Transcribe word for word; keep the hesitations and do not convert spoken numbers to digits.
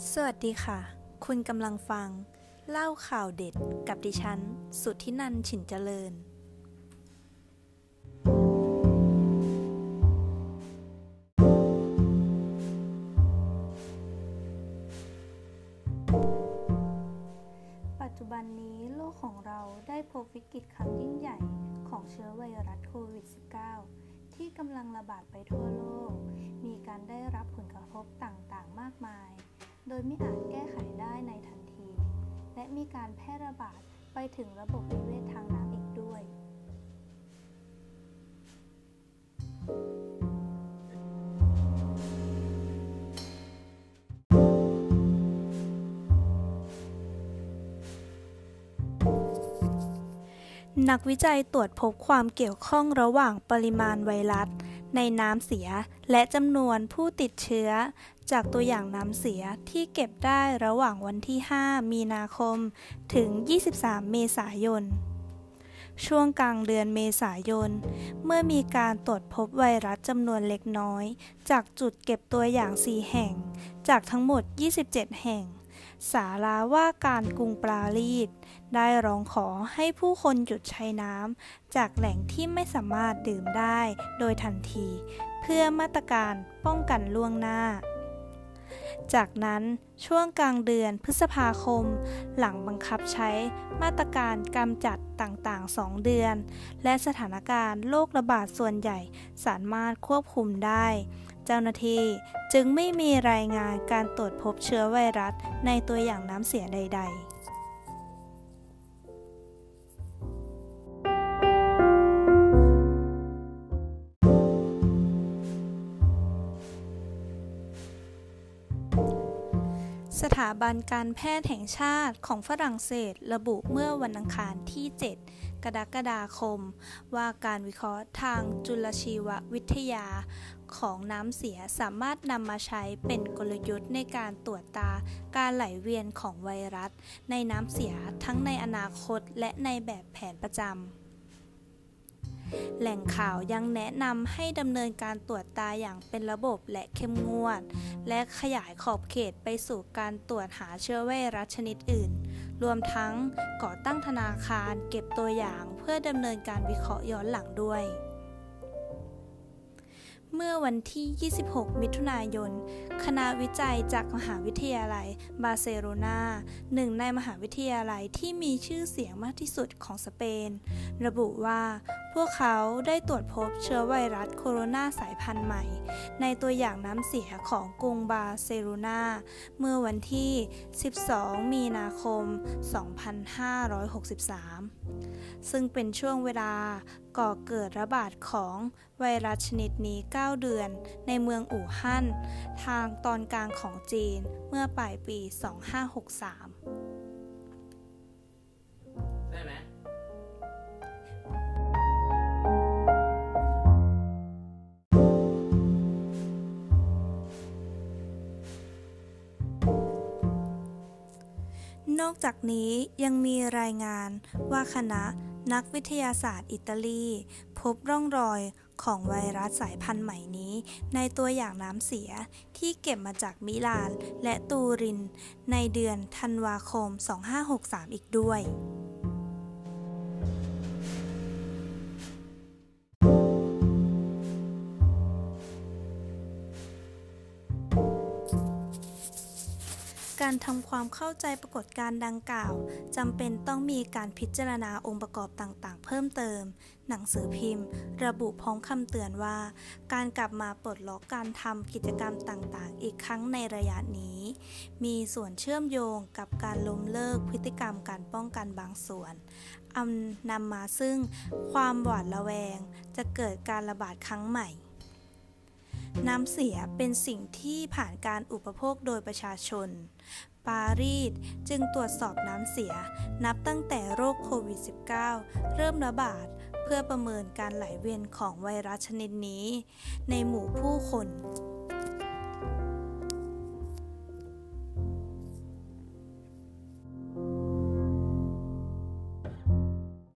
สวัสดีค่ะ คุณกำลังฟังเล่าข่าวเด็ดกับดิฉันสุทธินันท์ ฉินเจริญ ปัจจุบันนี้โลกของเราได้พบวิกฤตครั้งยิ่งใหญ่ของเชื้อไวรัสโควิด สิบเก้า ที่กำลังระบาดไปทั่วโลก มีการได้รับผลกระทบต่างๆมากมายโดยไม่อาจแก้ไขได้ในทันทีและมีการแพร่ระบาดไปถึงระบบนิเวศทางน้ำอีกด้วยนักวิจัยตรวจพบความเกี่ยวข้องระหว่างปริมาณไวรัสในน้ำเสียและจำนวนผู้ติดเชื้อจากตัวอย่างน้ำเสียที่เก็บได้ระหว่างวันที่ ห้า มีนาคมถึง ยี่สิบสาม เมษายน ช่วงกลางเดือนเมษายน เมื่อมีการตรวจพบไวรัสจำนวนเล็กน้อยจากจุดเก็บตัวอย่าง สี่ แห่งจากทั้งหมด ยี่สิบเจ็ด แห่งศาลาว่าการกรุงปารีสได้ร้องขอให้ผู้คนหยุดใช้น้ำจากแหล่งที่ไม่สามารถดื่มได้โดยทันทีเพื่อมาตรการป้องกันล่วงหน้าจากนั้นช่วงกลางเดือนพฤษภาคมหลังบังคับใช้มาตรการกำจัดต่างๆ สอง เดือนและสถานการณ์โรคระบาดส่วนใหญ่สามารถควบคุมได้เจ้าหน้าที่จึงไม่มีรายงานการตรวจพบเชื้อไวรัสในตัวอย่างน้ำเสียใดๆสถาบันการแพทย์แห่งชาติของฝรั่งเศสระบุเมื่อวันอังคารที่ เจ็ด กรกฎาคมว่าการวิเคราะห์ทางจุลชีววิทยาของน้ำเสียสามารถนำมาใช้เป็นกลยุทธ์ในการตรวจตาการไหลเวียนของไวรัสในน้ำเสียทั้งในอนาคตและในแบบแผนประจำแหล่งข่าวยังแนะนำให้ดำเนินการตรวจตาอย่างเป็นระบบและเข้มงวดและขยายขอบเขตไปสู่การตรวจหาเชื้อไวรัสชนิดอื่นรวมทั้งก่อตั้งธนาคารเก็บตัวอย่างเพื่อดำเนินการวิเคราะห์ย้อนหลังด้วยเมื่อวันที่ ยี่สิบหก มิถุนายน คณะวิจัยจากมหาวิทยาลัยบาร์เซโลนาหนึ่งในมหาวิทยาลัยที่มีชื่อเสียงมากที่สุดของสเปนระบุว่าพวกเขาได้ตรวจพบเชื้อไวรัสโคโรนาสายพันธุ์ใหม่ในตัวอย่างน้ำเสียของกรุงบาร์เซโลนาเมื่อวันที่ สิบสอง มีนาคม สองพันห้าร้อยหกสิบสาม ซึ่งเป็นช่วงเวลาก่อเกิดระบาดของไวรัสชนิดนี้ เก้า เดือนในเมืองอู่ฮั่นทางตอนกลางของจีนเมื่อปลายปี สองพันห้าร้อยหกสิบสามได้ไหมนอกจากนี้ยังมีรายงานว่าคณะนักวิทยาศาสตร์อิตาลีพบร่องรอยของไวรัสสายพันธุ์ใหม่นี้ในตัวอย่างน้ำเสียที่เก็บมาจากมิลานและตูรินในเดือนธันวาคม สองพันห้าร้อยหกสิบสาม อีกด้วยการทำความเข้าใจปรากฏการณ์ดังกล่าวจำเป็นต้องมีการพิจารณาองค์ประกอบต่างๆเพิ่มเติมหนังสือพิมพ์ระบุพร้อมคำเตือนว่าการกลับมาปลดล็อกการทำกิจกรรมต่างๆอีกครั้งในระยะนี้มีส่วนเชื่อมโยงกับการล้มเลิกพฤติกรรมการป้องกันบางส่วนนำมาซึ่งความหวาดระแวงจะเกิดการระบาดครั้งใหม่น้ำเสียเป็นสิ่งที่ผ่านการอุปโภคโดยประชาชนปารีสจึงตรวจสอบน้ำเสียนับตั้งแต่โรคโควิด สิบเก้า เริ่มระบาดเพื่อประเมินการไหลเวียนของไวรัสชนิดนี้ในหมู่ผู้คน